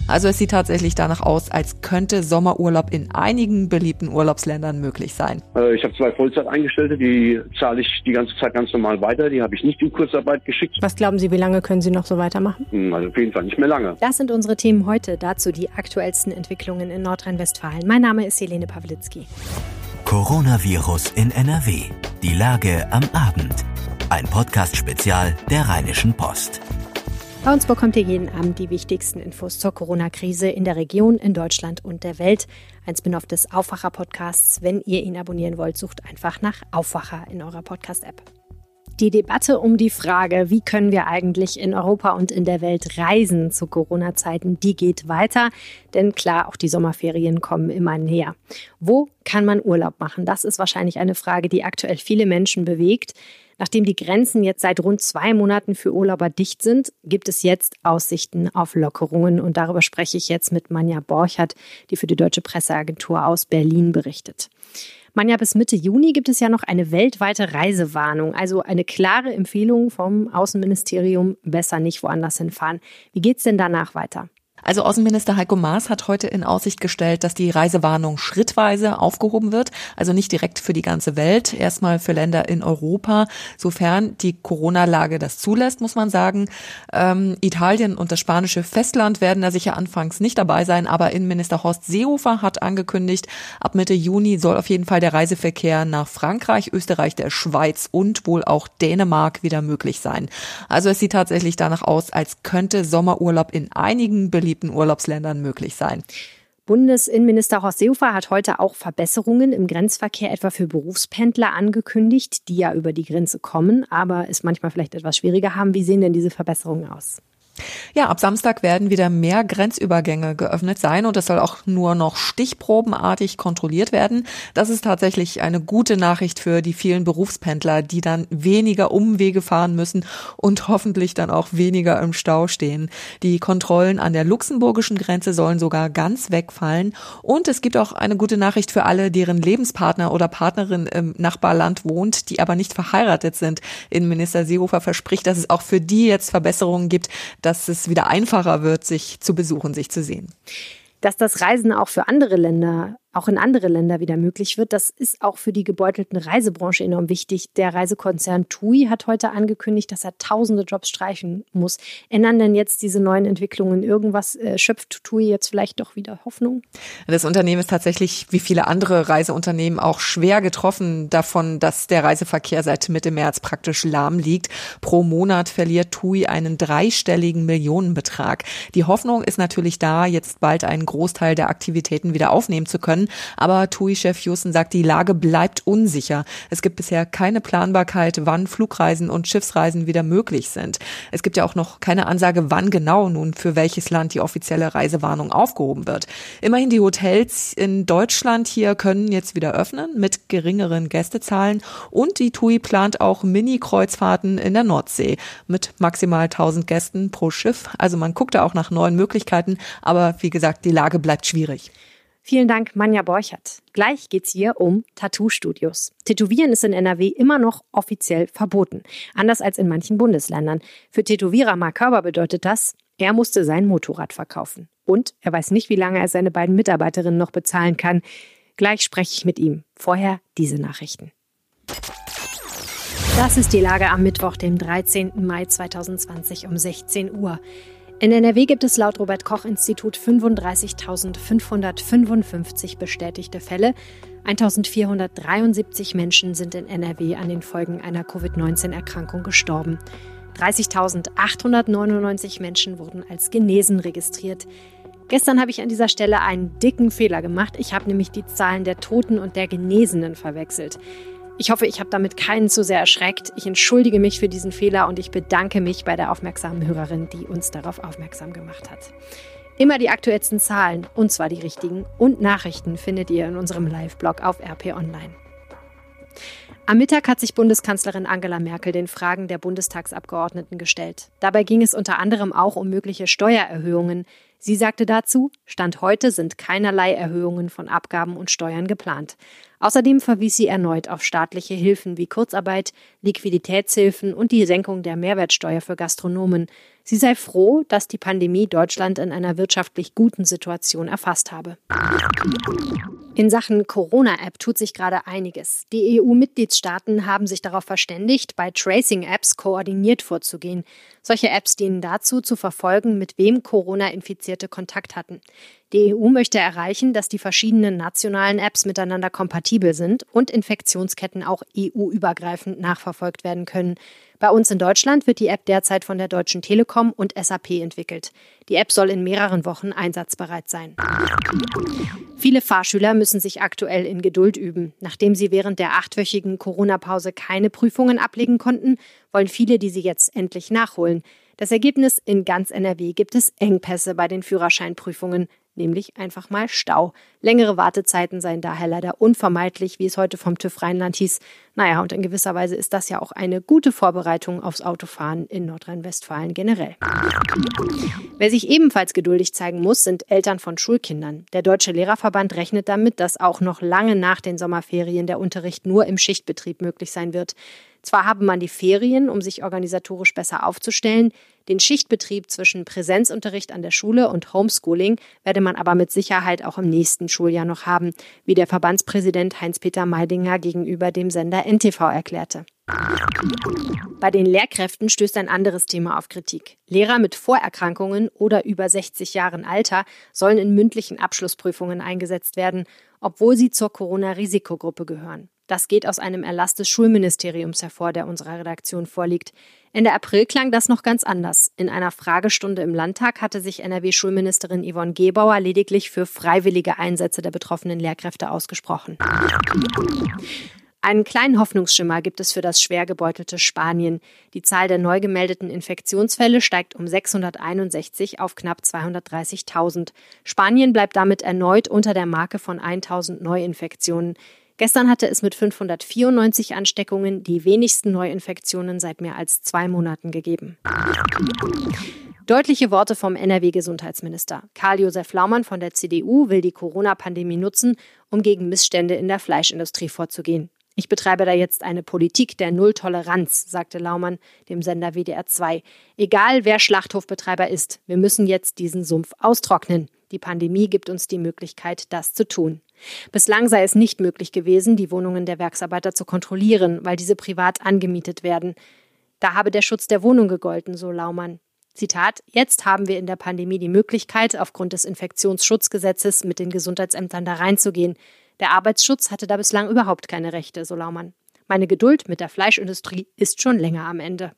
Also es sieht tatsächlich danach aus, als könnte Sommerurlaub in einigen beliebten Urlaubsländern möglich sein. Ich habe 2 Vollzeitangestellte, die zahle ich die ganze Zeit ganz normal weiter. Die habe ich nicht in Kurzarbeit geschickt. Was glauben Sie, wie lange können Sie noch so weitermachen? Also auf jeden Fall nicht mehr lange. Das sind unsere Themen heute. Dazu die aktuellsten Entwicklungen in Nordrhein-Westfalen. Mein Name ist Helene Pawlitzki. Coronavirus in NRW. Die Lage am Abend. Ein Podcast-Spezial der Rheinischen Post. Bei uns bekommt ihr jeden Abend die wichtigsten Infos zur Corona-Krise in der Region, in Deutschland und der Welt. Ein Spin-off des Aufwacher-Podcasts. Wenn ihr ihn abonnieren wollt, sucht einfach nach Aufwacher in eurer Podcast-App. Die Debatte um die Frage, wie können wir eigentlich in Europa und in der Welt reisen zu Corona-Zeiten, die geht weiter. Denn klar, auch die Sommerferien kommen immer näher. Wo kann man Urlaub machen? Das ist wahrscheinlich eine Frage, die aktuell viele Menschen bewegt. Nachdem die Grenzen jetzt seit rund 2 Monaten für Urlauber dicht sind, gibt es jetzt Aussichten auf Lockerungen. Und darüber spreche ich jetzt mit Manja Borchert, die für die Deutsche Presseagentur aus Berlin berichtet. Manja, bis Mitte Juni gibt es ja noch eine weltweite Reisewarnung, also eine klare Empfehlung vom Außenministerium, besser nicht woanders hinfahren. Wie geht's denn danach weiter? Also Außenminister Heiko Maas hat heute in Aussicht gestellt, dass die Reisewarnung schrittweise aufgehoben wird, also nicht direkt für die ganze Welt, erstmal für Länder in Europa, sofern die Corona-Lage das zulässt, muss man sagen. Italien und das spanische Festland werden da sicher anfangs nicht dabei sein, aber Innenminister Horst Seehofer hat angekündigt, ab Mitte Juni soll auf jeden Fall der Reiseverkehr nach Frankreich, Österreich, der Schweiz und wohl auch Dänemark wieder möglich sein. Also es sieht tatsächlich danach aus, als könnte Sommerurlaub in einigen beliebten Urlaubsländern möglich sein. Bundesinnenminister Horst Seehofer hat heute auch Verbesserungen im Grenzverkehr etwa für Berufspendler angekündigt, die ja über die Grenze kommen, aber es manchmal vielleicht etwas schwieriger haben. Wie sehen denn diese Verbesserungen aus? Ja, ab Samstag werden wieder mehr Grenzübergänge geöffnet sein und es soll auch nur noch stichprobenartig kontrolliert werden. Das ist tatsächlich eine gute Nachricht für die vielen Berufspendler, die dann weniger Umwege fahren müssen und hoffentlich dann auch weniger im Stau stehen. Die Kontrollen an der luxemburgischen Grenze sollen sogar ganz wegfallen und es gibt auch eine gute Nachricht für alle, deren Lebenspartner oder Partnerin im Nachbarland wohnt, die aber nicht verheiratet sind. Innenminister Seehofer verspricht, dass es auch für die jetzt Verbesserungen gibt, dass es wieder einfacher wird, sich zu besuchen, sich zu sehen. Dass das Reisen auch für andere Länder, auch in andere Länder wieder möglich wird, das ist auch für die gebeutelten Reisebranche enorm wichtig. Der Reisekonzern TUI hat heute angekündigt, dass er tausende Jobs streichen muss. Ändern denn jetzt diese neuen Entwicklungen irgendwas? Schöpft TUI jetzt vielleicht doch wieder Hoffnung? Das Unternehmen ist tatsächlich, wie viele andere Reiseunternehmen, auch schwer getroffen davon, dass der Reiseverkehr seit Mitte März praktisch lahm liegt. Pro Monat verliert TUI einen 3-stelligen Millionenbetrag. Die Hoffnung ist natürlich da, jetzt bald einen Großteil der Aktivitäten wieder aufnehmen zu können. Aber TUI-Chef Houston sagt, die Lage bleibt unsicher. Es gibt bisher keine Planbarkeit, wann Flugreisen und Schiffsreisen wieder möglich sind. Es gibt ja auch noch keine Ansage, wann genau nun für welches Land die offizielle Reisewarnung aufgehoben wird. Immerhin die Hotels in Deutschland hier können jetzt wieder öffnen mit geringeren Gästezahlen und die TUI plant auch Mini-Kreuzfahrten in der Nordsee mit maximal 1000 Gästen pro Schiff. Also man guckt da auch nach neuen Möglichkeiten, aber wie gesagt, die Lage bleibt schwierig. Vielen Dank, Manja Borchert. Gleich geht's hier um Tattoo-Studios. Tätowieren ist in NRW immer noch offiziell verboten. Anders als in manchen Bundesländern. Für Tätowierer Mark Körber bedeutet das, er musste sein Motorrad verkaufen. Und er weiß nicht, wie lange er seine beiden Mitarbeiterinnen noch bezahlen kann. Gleich spreche ich mit ihm. Vorher diese Nachrichten. Das ist die Lage am Mittwoch, dem 13. Mai 2020 um 16 Uhr. In NRW gibt es laut Robert-Koch-Institut 35.555 bestätigte Fälle. 1.473 Menschen sind in NRW an den Folgen einer Covid-19-Erkrankung gestorben. 30.899 Menschen wurden als genesen registriert. Gestern habe ich an dieser Stelle einen dicken Fehler gemacht. Ich habe nämlich die Zahlen der Toten und der Genesenen verwechselt. Ich hoffe, ich habe damit keinen zu sehr erschreckt. Ich entschuldige mich für diesen Fehler und ich bedanke mich bei der aufmerksamen Hörerin, die uns darauf aufmerksam gemacht hat. Immer die aktuellsten Zahlen, und zwar die richtigen, und Nachrichten findet ihr in unserem Live-Blog auf RP Online. Am Mittag hat sich Bundeskanzlerin Angela Merkel den Fragen der Bundestagsabgeordneten gestellt. Dabei ging es unter anderem auch um mögliche Steuererhöhungen. Sie sagte dazu, Stand heute sind keinerlei Erhöhungen von Abgaben und Steuern geplant. Außerdem verwies sie erneut auf staatliche Hilfen wie Kurzarbeit, Liquiditätshilfen und die Senkung der Mehrwertsteuer für Gastronomen. Sie sei froh, dass die Pandemie Deutschland in einer wirtschaftlich guten Situation erfasst habe. In Sachen Corona-App tut sich gerade einiges. Die EU-Mitgliedstaaten haben sich darauf verständigt, bei Tracing-Apps koordiniert vorzugehen. Solche Apps dienen dazu, zu verfolgen, mit wem Corona-Infizierte Kontakt hatten. Die EU möchte erreichen, dass die verschiedenen nationalen Apps miteinander kompatibel sind und Infektionsketten auch EU-übergreifend nachverfolgt werden können. Bei uns in Deutschland wird die App derzeit von der Deutschen Telekom und SAP entwickelt. Die App soll in mehreren Wochen einsatzbereit sein. Viele Fahrschüler müssen sich aktuell in Geduld üben. Nachdem sie während der 8-wöchigen Corona-Pause keine Prüfungen ablegen konnten, wollen viele diese jetzt endlich nachholen. Das Ergebnis: in ganz NRW gibt es Engpässe bei den Führerscheinprüfungen, nämlich einfach mal Stau. Längere Wartezeiten seien daher leider unvermeidlich, wie es heute vom TÜV Rheinland hieß. Naja, und in gewisser Weise ist das ja auch eine gute Vorbereitung aufs Autofahren in Nordrhein-Westfalen generell. Wer sich ebenfalls geduldig zeigen muss, sind Eltern von Schulkindern. Der Deutsche Lehrerverband rechnet damit, dass auch noch lange nach den Sommerferien der Unterricht nur im Schichtbetrieb möglich sein wird. Zwar habe man die Ferien, um sich organisatorisch besser aufzustellen, den Schichtbetrieb zwischen Präsenzunterricht an der Schule und Homeschooling werde man aber mit Sicherheit auch im nächsten Schuljahr noch haben, wie der Verbandspräsident Heinz-Peter Meidinger gegenüber dem Sender NTV erklärte. Bei den Lehrkräften stößt ein anderes Thema auf Kritik. Lehrer mit Vorerkrankungen oder über 60 Jahren Alter sollen in mündlichen Abschlussprüfungen eingesetzt werden, obwohl sie zur Corona-Risikogruppe gehören. Das geht aus einem Erlass des Schulministeriums hervor, der unserer Redaktion vorliegt. Ende April klang das noch ganz anders. In einer Fragestunde im Landtag hatte sich NRW-Schulministerin Yvonne Gebauer lediglich für freiwillige Einsätze der betroffenen Lehrkräfte ausgesprochen. Einen kleinen Hoffnungsschimmer gibt es für das schwer gebeutelte Spanien. Die Zahl der neu gemeldeten Infektionsfälle steigt um 661 auf knapp 230.000. Spanien bleibt damit erneut unter der Marke von 1.000 Neuinfektionen. Gestern hatte es mit 594 Ansteckungen die wenigsten Neuinfektionen seit mehr als 2 Monaten gegeben. Deutliche Worte vom NRW-Gesundheitsminister. Karl-Josef Laumann von der CDU will die Corona-Pandemie nutzen, um gegen Missstände in der Fleischindustrie vorzugehen. Ich betreibe da jetzt eine Politik der Nulltoleranz, sagte Laumann dem Sender WDR 2. Egal wer Schlachthofbetreiber ist, wir müssen jetzt diesen Sumpf austrocknen. Die Pandemie gibt uns die Möglichkeit, das zu tun. Bislang sei es nicht möglich gewesen, die Wohnungen der Werksarbeiter zu kontrollieren, weil diese privat angemietet werden. Da habe der Schutz der Wohnung gegolten, so Laumann. Zitat: Jetzt haben wir in der Pandemie die Möglichkeit, aufgrund des Infektionsschutzgesetzes mit den Gesundheitsämtern da reinzugehen. Der Arbeitsschutz hatte da bislang überhaupt keine Rechte, so Laumann. Meine Geduld mit der Fleischindustrie ist schon länger am Ende.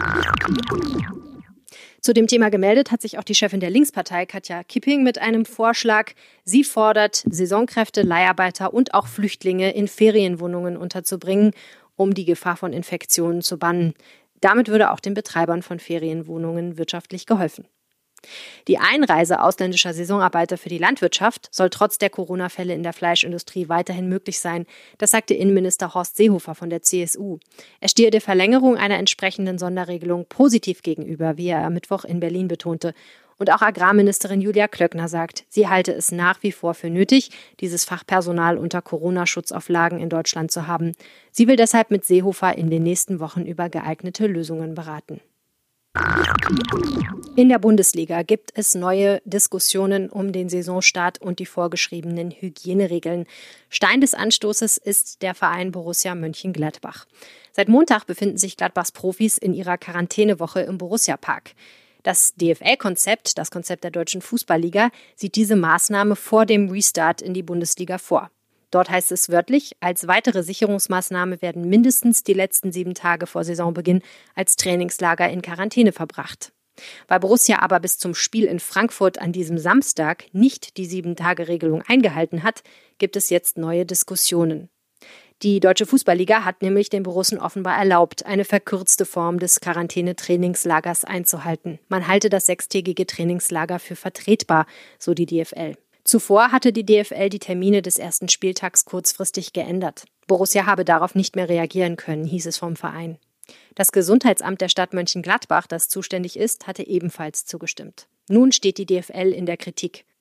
Zu dem Thema gemeldet hat sich auch die Chefin der Linkspartei, Katja Kipping, mit einem Vorschlag. Sie fordert, Saisonkräfte, Leiharbeiter und auch Flüchtlinge in Ferienwohnungen unterzubringen, um die Gefahr von Infektionen zu bannen. Damit würde auch den Betreibern von Ferienwohnungen wirtschaftlich geholfen. Die Einreise ausländischer Saisonarbeiter für die Landwirtschaft soll trotz der Corona-Fälle in der Fleischindustrie weiterhin möglich sein. Das sagte Innenminister Horst Seehofer von der CSU. Er stehe der Verlängerung einer entsprechenden Sonderregelung positiv gegenüber, wie er am Mittwoch in Berlin betonte. Und auch Agrarministerin Julia Klöckner sagt, sie halte es nach wie vor für nötig, dieses Fachpersonal unter Corona-Schutzauflagen in Deutschland zu haben. Sie will deshalb mit Seehofer in den nächsten Wochen über geeignete Lösungen beraten. In der Bundesliga gibt es neue Diskussionen um den Saisonstart und die vorgeschriebenen Hygieneregeln. Stein des Anstoßes ist der Verein Borussia Mönchengladbach. Seit Montag befinden sich Gladbachs Profis in ihrer Quarantänewoche im Borussia-Park. Das DFL-Konzept, das Konzept der Deutschen Fußballliga, sieht diese Maßnahme vor dem Restart in die Bundesliga vor. Dort heißt es wörtlich, als weitere Sicherungsmaßnahme werden mindestens die letzten 7 Tage vor Saisonbeginn als Trainingslager in Quarantäne verbracht. Weil Borussia aber bis zum Spiel in Frankfurt an diesem Samstag nicht die 7-Tage-Regelung eingehalten hat, gibt es jetzt neue Diskussionen. Die Deutsche Fußballliga hat nämlich den Borussen offenbar erlaubt, eine verkürzte Form des Quarantäne-Trainingslagers einzuhalten. Man halte das 6-tägige Trainingslager für vertretbar, so die DFL. Zuvor hatte die DFL die Termine des ersten Spieltags kurzfristig geändert. Borussia habe darauf nicht mehr reagieren können, hieß es vom Verein. Das Gesundheitsamt der Stadt Mönchengladbach, das zuständig ist, hatte ebenfalls zugestimmt. Nun steht die DFL in der Kritik.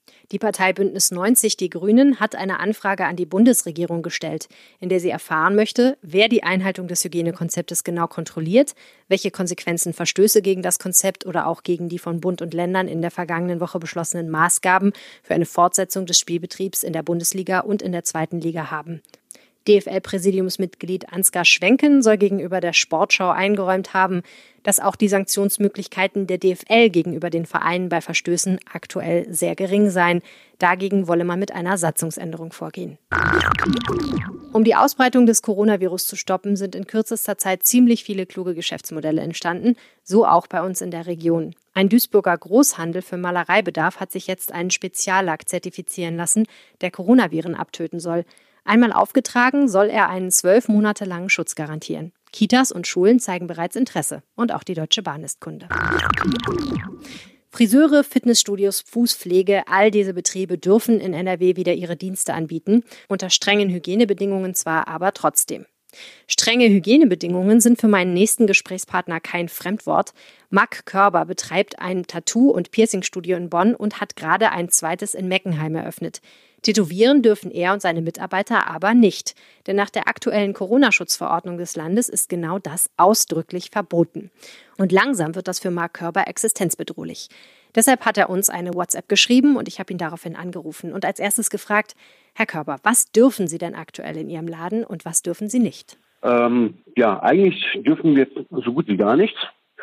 Die Partei Bündnis 90 Die Grünen hat eine Anfrage an die Bundesregierung gestellt, in der sie erfahren möchte, wer die Einhaltung des Hygienekonzeptes genau kontrolliert, welche Konsequenzen Verstöße gegen das Konzept oder auch gegen die von Bund und Ländern in der vergangenen Woche beschlossenen Maßgaben für eine Fortsetzung des Spielbetriebs in der Bundesliga und in der 2. Liga haben. DFL-Präsidiumsmitglied Ansgar Schwenken soll gegenüber der Sportschau eingeräumt haben, dass auch die Sanktionsmöglichkeiten der DFL gegenüber den Vereinen bei Verstößen aktuell sehr gering seien. Dagegen wolle man mit einer Satzungsänderung vorgehen. Um die Ausbreitung des Coronavirus zu stoppen, sind in kürzester Zeit ziemlich viele kluge Geschäftsmodelle entstanden, so auch bei uns in der Region. Ein Duisburger Großhandel für Malereibedarf hat sich jetzt einen Speziallack zertifizieren lassen, der Coronaviren abtöten soll. Einmal aufgetragen, soll er einen 12 Monate langen Schutz garantieren. Kitas und Schulen zeigen bereits Interesse. Und auch die Deutsche Bahn ist Kunde. Friseure, Fitnessstudios, Fußpflege, all diese Betriebe dürfen in NRW wieder ihre Dienste anbieten. Unter strengen Hygienebedingungen zwar, aber trotzdem. Strenge Hygienebedingungen sind für meinen nächsten Gesprächspartner kein Fremdwort. Marc Körber betreibt ein Tattoo- und Piercingstudio in Bonn und hat gerade ein zweites in Meckenheim eröffnet. Tätowieren dürfen er und seine Mitarbeiter aber nicht. Denn nach der aktuellen Corona-Schutzverordnung des Landes ist genau das ausdrücklich verboten. Und langsam wird das für Marc Körber existenzbedrohlich. Deshalb hat er uns eine WhatsApp geschrieben und ich habe ihn daraufhin angerufen und als erstes gefragt: Herr Körber, was dürfen Sie denn aktuell in Ihrem Laden und was dürfen Sie nicht? Eigentlich dürfen wir so gut wie gar nichts.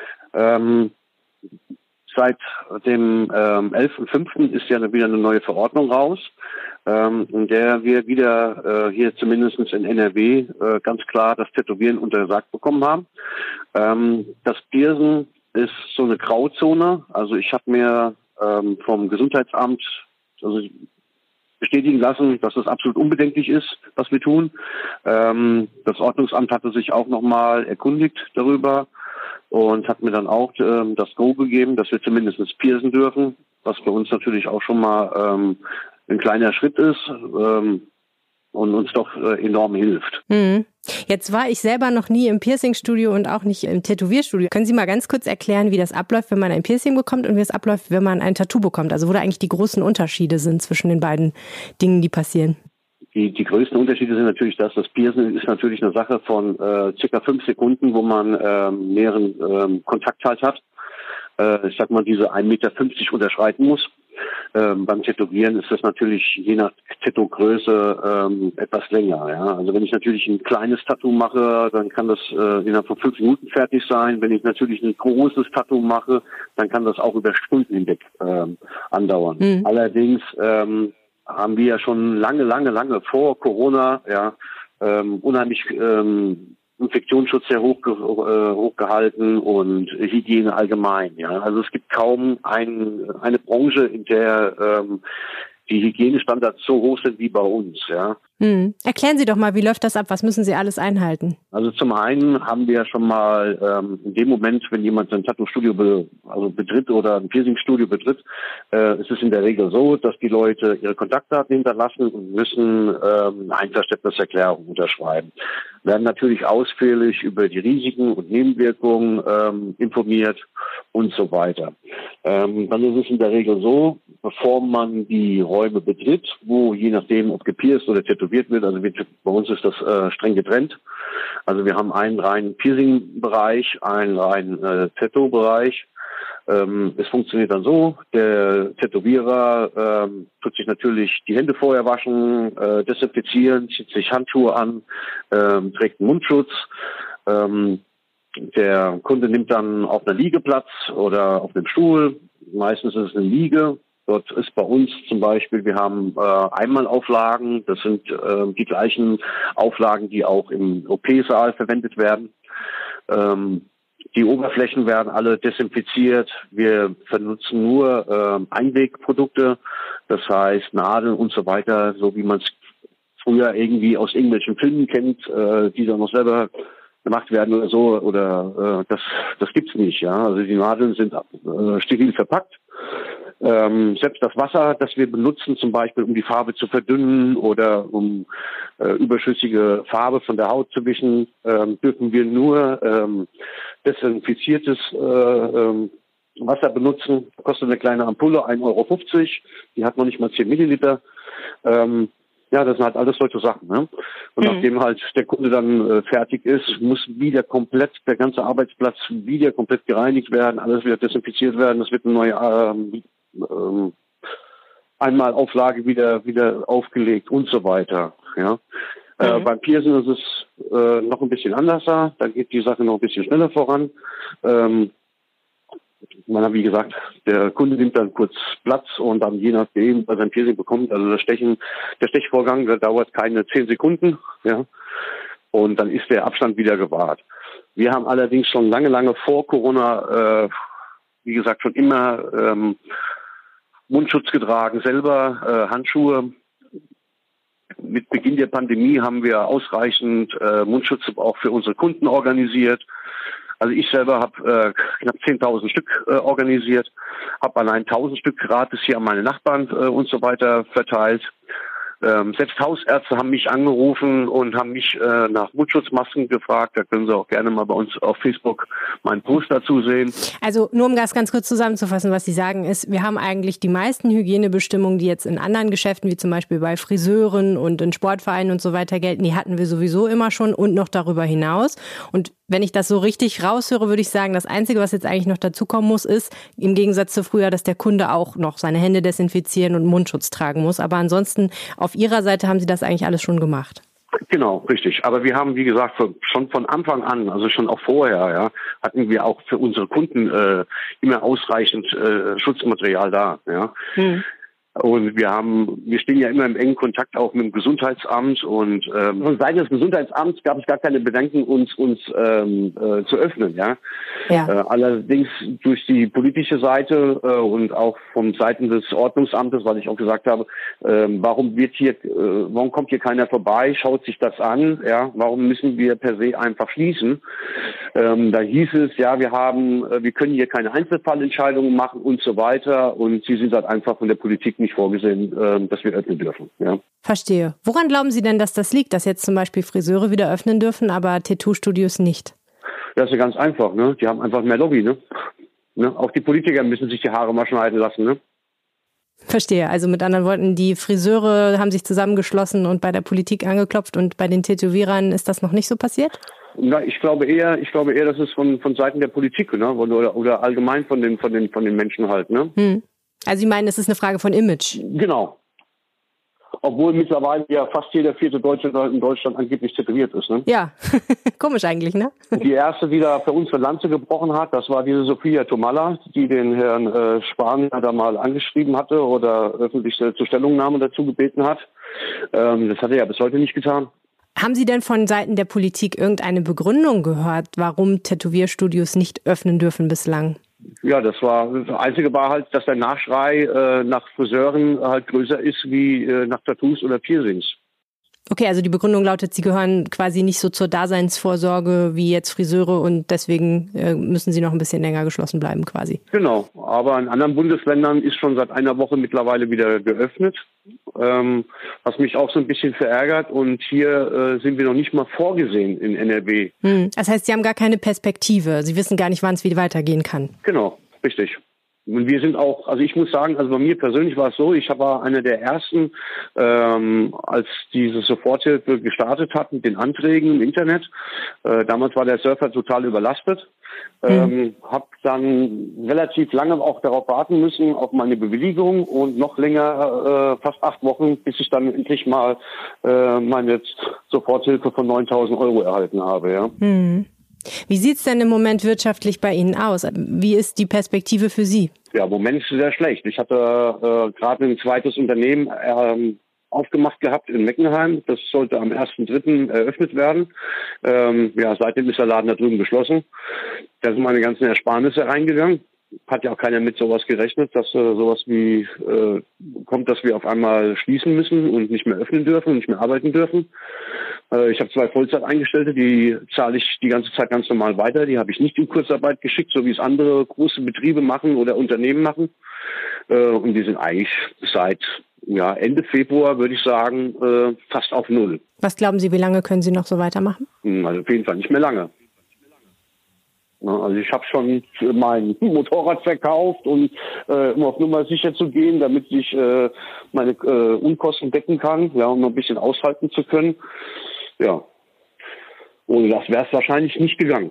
Seit dem 11.05. ist ja wieder eine neue Verordnung raus, in der wir wieder hier zumindest in NRW ganz klar das Tätowieren untersagt bekommen haben. Das Piercen ist so eine Grauzone. Also ich habe mir vom Gesundheitsamt bestätigen lassen, dass das absolut unbedenklich ist, was wir tun. Das Ordnungsamt hatte sich auch nochmal erkundigt darüber und hat mir dann auch das Go gegeben, dass wir zumindest piercen dürfen, was bei uns natürlich auch schon mal ein kleiner Schritt ist und uns doch enorm hilft. Jetzt war ich selber noch nie im Piercingstudio und auch nicht im Tätowierstudio. Können Sie mal ganz kurz erklären, wie das abläuft, wenn man ein Piercing bekommt und wie es abläuft, wenn man ein Tattoo bekommt? Also wo da eigentlich die großen Unterschiede sind zwischen den beiden Dingen, die passieren? Die größten Unterschiede sind natürlich, dass das Piercing ist natürlich eine Sache von circa 5 Sekunden, wo man näheren Kontakt halt hat. Ich sag mal, diese 1,50 Meter unterschreiten muss. Beim Tätowieren ist das natürlich je nach Tattoo-Größe etwas länger. Ja? Also wenn ich natürlich ein kleines Tattoo mache, dann kann das innerhalb von 5 Minuten fertig sein. Wenn ich natürlich ein großes Tattoo mache, dann kann das auch über Stunden hinweg andauern. Allerdings haben wir ja schon lange vor Corona unheimlich Infektionsschutz sehr hochgehalten und Hygiene allgemein. Ja, also es gibt kaum eine Branche, in der die Hygienestandards so hoch sind wie bei uns. Ja. Erklären Sie doch mal, wie läuft das ab? Was müssen Sie alles einhalten? Also zum einen haben wir ja schon mal in dem Moment, wenn jemand ein Tattoo-Studio betritt oder ein Piercing-Studio betritt, ist es in der Regel so, dass die Leute ihre Kontaktdaten hinterlassen und müssen eine Einverständniserklärung unterschreiben. Werden natürlich ausführlich über die Risiken und Nebenwirkungen informiert und so weiter. Dann ist es in der Regel so, bevor man die Räume betritt, wo je nachdem, ob gepierst oder tätowiert wird, also bei uns ist das streng getrennt. Also wir haben einen reinen Piercing-Bereich, einen reinen Tattoo-Bereich. Es funktioniert dann so, der Tätowierer tut sich natürlich die Hände vorher waschen, desinfizieren, zieht sich Handschuhe an, trägt einen Mundschutz. Der Kunde nimmt dann auf einer Liege Platz oder auf einem Stuhl. Meistens ist es eine Liege. Dort ist bei uns zum Beispiel, wir haben Einmalauflagen. Das sind die gleichen Auflagen, die auch im OP-Saal verwendet werden. Die Oberflächen werden alle desinfiziert. Wir benutzen nur Einwegprodukte, das heißt Nadeln und so weiter, so wie man es früher irgendwie aus irgendwelchen Filmen kennt, die dann noch selber gemacht werden oder so. Oder das gibt's nicht. Ja, also die Nadeln sind steril verpackt. Selbst das Wasser, das wir benutzen, zum Beispiel um die Farbe zu verdünnen oder um überschüssige Farbe von der Haut zu wischen, dürfen wir nur desinfiziertes Wasser benutzen, kostet eine kleine Ampulle 1,50 Euro, die hat noch nicht mal 10 Milliliter. Das sind halt alles solche Sachen. Ne? Und nachdem halt der Kunde dann fertig ist, muss wieder komplett der ganze Arbeitsplatz wieder komplett gereinigt werden, alles wieder desinfiziert werden, es wird eine neue Einmalauflage wieder aufgelegt und so weiter. Ja. Beim Piercing ist es noch ein bisschen anders da geht die Sache noch ein bisschen schneller voran. Wie gesagt, der Kunde nimmt dann kurz Platz und dann je nachdem, was er ein Piercing bekommt, also der Stechvorgang, der dauert keine 10 Sekunden, ja, und dann ist der Abstand wieder gewahrt. Wir haben allerdings schon lange vor Corona, wie gesagt, schon immer Mundschutz getragen, selber Handschuhe. Mit Beginn der Pandemie haben wir ausreichend Mundschutz auch für unsere Kunden organisiert. Also ich selber habe knapp 10.000 Stück organisiert, habe allein 1.000 Stück gratis hier an meine Nachbarn und so weiter verteilt. Selbst Hausärzte haben mich angerufen und haben mich nach Mundschutzmasken gefragt. Da können Sie auch gerne mal bei uns auf Facebook meinen Post dazu sehen. Also nur um das ganz kurz zusammenzufassen, was Sie sagen ist, wir haben eigentlich die meisten Hygienebestimmungen, die jetzt in anderen Geschäften, wie zum Beispiel bei Friseuren und in Sportvereinen und so weiter gelten, die hatten wir sowieso immer schon und noch darüber hinaus. Und wenn ich das so richtig raushöre, würde ich sagen, das Einzige, was jetzt eigentlich noch dazukommen muss, ist, im Gegensatz zu früher, dass der Kunde auch noch seine Hände desinfizieren und Mundschutz tragen muss. Aber ansonsten, auf Ihrer Seite haben Sie das eigentlich alles schon gemacht. Genau, richtig. Aber wir haben, wie gesagt, schon von Anfang an, also schon auch vorher, ja, hatten wir auch für unsere Kunden immer ausreichend Schutzmaterial da. Ja. Und wir stehen ja immer im engen Kontakt auch mit dem Gesundheitsamt und von Seiten des Gesundheitsamts gab es gar keine Bedenken, uns zu öffnen, ja. Allerdings durch die politische Seite und auch von Seiten des Ordnungsamtes, weil ich auch gesagt habe, warum kommt hier keiner vorbei, schaut sich das an, ja, warum müssen wir per se einfach schließen? Da hieß es, ja, wir können hier keine Einzelfallentscheidungen machen und so weiter und sie sind halt einfach von der Politik nicht vorgesehen, dass wir öffnen dürfen. Ja. Verstehe. Woran glauben Sie denn, dass das liegt, dass jetzt zum Beispiel Friseure wieder öffnen dürfen, aber Tattoo-Studios nicht? Das ist ja ganz einfach, ne? Die haben einfach mehr Lobby, ne? Auch die Politiker müssen sich die Haare mal schneiden lassen, ne? Verstehe. Also mit anderen Worten, die Friseure haben sich zusammengeschlossen und bei der Politik angeklopft und bei den Tätowierern ist das noch nicht so passiert? Na, ich glaube eher, dass es von Seiten der Politik, ne? Oder allgemein von den Menschen halt, ne? Also Sie meinen, es ist eine Frage von Image? Genau. Obwohl mittlerweile ja fast jeder 4. Deutsche in Deutschland angeblich tätowiert ist. Ne? Ja, komisch eigentlich, ne? Die erste, die da für uns eine Lanze gebrochen hat, das war diese Sophia Tomalla, die den Herrn Spahn da mal angeschrieben hatte oder öffentlich zur Stellungnahme dazu gebeten hat. Das hat er ja bis heute nicht getan. Haben Sie denn von Seiten der Politik irgendeine Begründung gehört, warum Tätowierstudios nicht öffnen dürfen bislang? Ja, das Einzige war halt, dass der Nachschrei nach Friseuren halt größer ist wie nach Tattoos oder Piercings. Okay, also die Begründung lautet, Sie gehören quasi nicht so zur Daseinsvorsorge wie jetzt Friseure und deswegen müssen Sie noch ein bisschen länger geschlossen bleiben quasi. Genau, aber in anderen Bundesländern ist schon seit einer Woche mittlerweile wieder geöffnet, was mich auch so ein bisschen verärgert und hier sind wir noch nicht mal vorgesehen in NRW. Das heißt, Sie haben gar keine Perspektive, Sie wissen gar nicht, wann es wieder weitergehen kann. Genau, richtig. Und wir sind auch, also ich muss sagen, also bei mir persönlich war es so, ich war einer der ersten, als diese Soforthilfe gestartet hat mit den Anträgen im Internet. Damals war der Surfer total überlastet. Habe dann relativ lange auch darauf warten müssen, auf meine Bewilligung und noch länger, fast 8 Wochen, bis ich dann endlich mal meine Soforthilfe von 9.000 Euro erhalten habe. Ja. Wie sieht's denn im Moment wirtschaftlich bei Ihnen aus? Wie ist die Perspektive für Sie? Ja, im Moment ist es sehr schlecht. Ich hatte gerade ein zweites Unternehmen aufgemacht gehabt in Meckenheim. Das sollte am 1.3. eröffnet werden. Seitdem ist der Laden da drüben geschlossen. Da sind meine ganzen Ersparnisse reingegangen. Hat ja auch keiner mit sowas gerechnet, dass sowas wie kommt, dass wir auf einmal schließen müssen und nicht mehr öffnen dürfen und nicht mehr arbeiten dürfen. Ich habe 2 Vollzeitangestellte, die zahle ich die ganze Zeit ganz normal weiter. Die habe ich nicht in Kurzarbeit geschickt, so wie es andere große Betriebe machen oder Unternehmen machen. Und die sind eigentlich seit Ende Februar, würde ich sagen, fast auf Null. Was glauben Sie, wie lange können Sie noch so weitermachen? Also auf jeden Fall nicht mehr lange. Also ich habe schon mein Motorrad verkauft, um auf Nummer sicher zu gehen, damit ich meine Unkosten decken kann, ja, um noch ein bisschen aushalten zu können. Ja, ohne das wäre es wahrscheinlich nicht gegangen.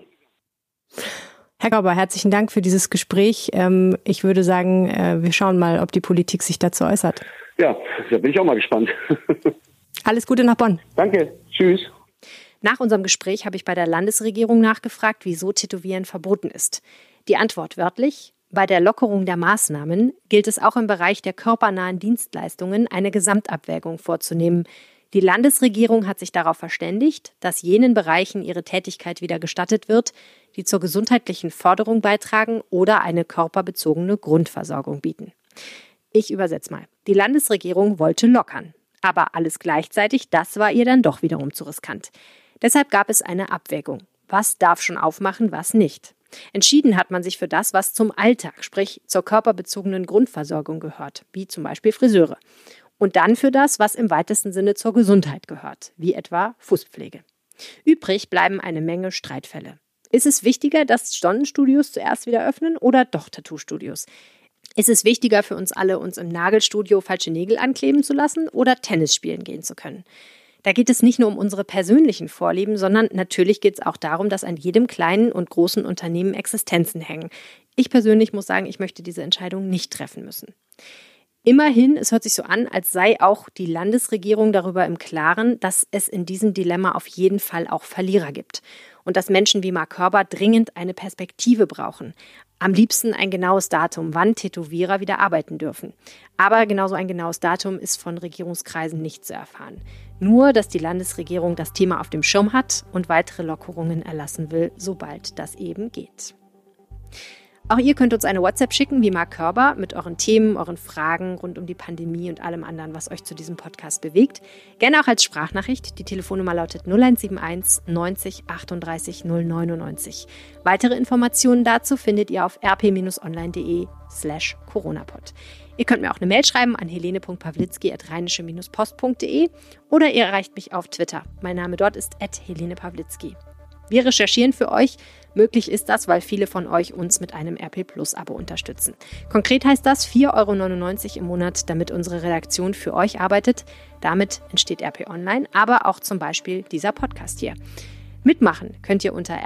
Herr Körber, herzlichen Dank für dieses Gespräch. Ich würde sagen, wir schauen mal, ob die Politik sich dazu äußert. Ja, da bin ich auch mal gespannt. Alles Gute nach Bonn. Danke, tschüss. Nach unserem Gespräch habe ich bei der Landesregierung nachgefragt, wieso Tätowieren verboten ist. Die Antwort wörtlich: Bei der Lockerung der Maßnahmen gilt es auch im Bereich der körpernahen Dienstleistungen eine Gesamtabwägung vorzunehmen. Die Landesregierung hat sich darauf verständigt, dass jenen Bereichen ihre Tätigkeit wieder gestattet wird, die zur gesundheitlichen Förderung beitragen oder eine körperbezogene Grundversorgung bieten. Ich übersetze mal. Die Landesregierung wollte lockern. Aber alles gleichzeitig, das war ihr dann doch wiederum zu riskant. Deshalb gab es eine Abwägung. Was darf schon aufmachen, was nicht? Entschieden hat man sich für das, was zum Alltag, sprich zur körperbezogenen Grundversorgung gehört, wie zum Beispiel Friseure. Und dann für das, was im weitesten Sinne zur Gesundheit gehört, wie etwa Fußpflege. Übrig bleiben eine Menge Streitfälle. Ist es wichtiger, dass Sonnenstudios zuerst wieder öffnen oder doch Tattoo-Studios? Ist es wichtiger für uns alle, uns im Nagelstudio falsche Nägel ankleben zu lassen oder Tennis spielen gehen zu können? Da geht es nicht nur um unsere persönlichen Vorlieben, sondern natürlich geht es auch darum, dass an jedem kleinen und großen Unternehmen Existenzen hängen. Ich persönlich muss sagen, ich möchte diese Entscheidung nicht treffen müssen. Immerhin, es hört sich so an, als sei auch die Landesregierung darüber im Klaren, dass es in diesem Dilemma auf jeden Fall auch Verlierer gibt. Und dass Menschen wie Mark Körber dringend eine Perspektive brauchen. Am liebsten ein genaues Datum, wann Tätowierer wieder arbeiten dürfen. Aber genauso ein genaues Datum ist von Regierungskreisen nicht zu erfahren. Nur, dass die Landesregierung das Thema auf dem Schirm hat und weitere Lockerungen erlassen will, sobald das eben geht. Auch ihr könnt uns eine WhatsApp schicken, wie Mark Körber, mit euren Themen, euren Fragen rund um die Pandemie und allem anderen, was euch zu diesem Podcast bewegt. Gerne auch als Sprachnachricht. Die Telefonnummer lautet 0171 90 38 099. Weitere Informationen dazu findet ihr auf rp-online.de/coronapod. Ihr könnt mir auch eine Mail schreiben an helene.pawlitzki@rheinische-post.de oder ihr erreicht mich auf Twitter. Mein Name dort ist @helenepawlitzki. Wir recherchieren für euch. Möglich ist das, weil viele von euch uns mit einem RP-Plus-Abo unterstützen. Konkret heißt das 4,99 € im Monat, damit unsere Redaktion für euch arbeitet. Damit entsteht RP Online, aber auch zum Beispiel dieser Podcast hier. Mitmachen könnt ihr unter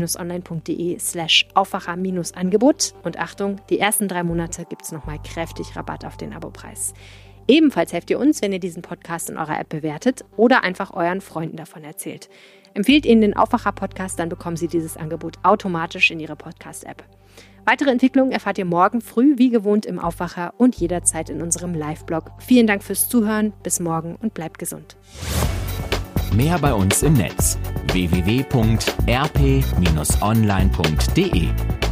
rp-online.de/Aufwacher-Angebot. Und Achtung, die ersten 3 Monate gibt es nochmal kräftig Rabatt auf den Abopreis. Ebenfalls helft ihr uns, wenn ihr diesen Podcast in eurer App bewertet oder einfach euren Freunden davon erzählt. Empfehlt ihnen den Aufwacher-Podcast, dann bekommen sie dieses Angebot automatisch in ihre Podcast-App. Weitere Entwicklungen erfahrt ihr morgen früh wie gewohnt im Aufwacher und jederzeit in unserem Live-Blog. Vielen Dank fürs Zuhören, bis morgen und bleibt gesund. Mehr bei uns im Netz: www.rp-online.de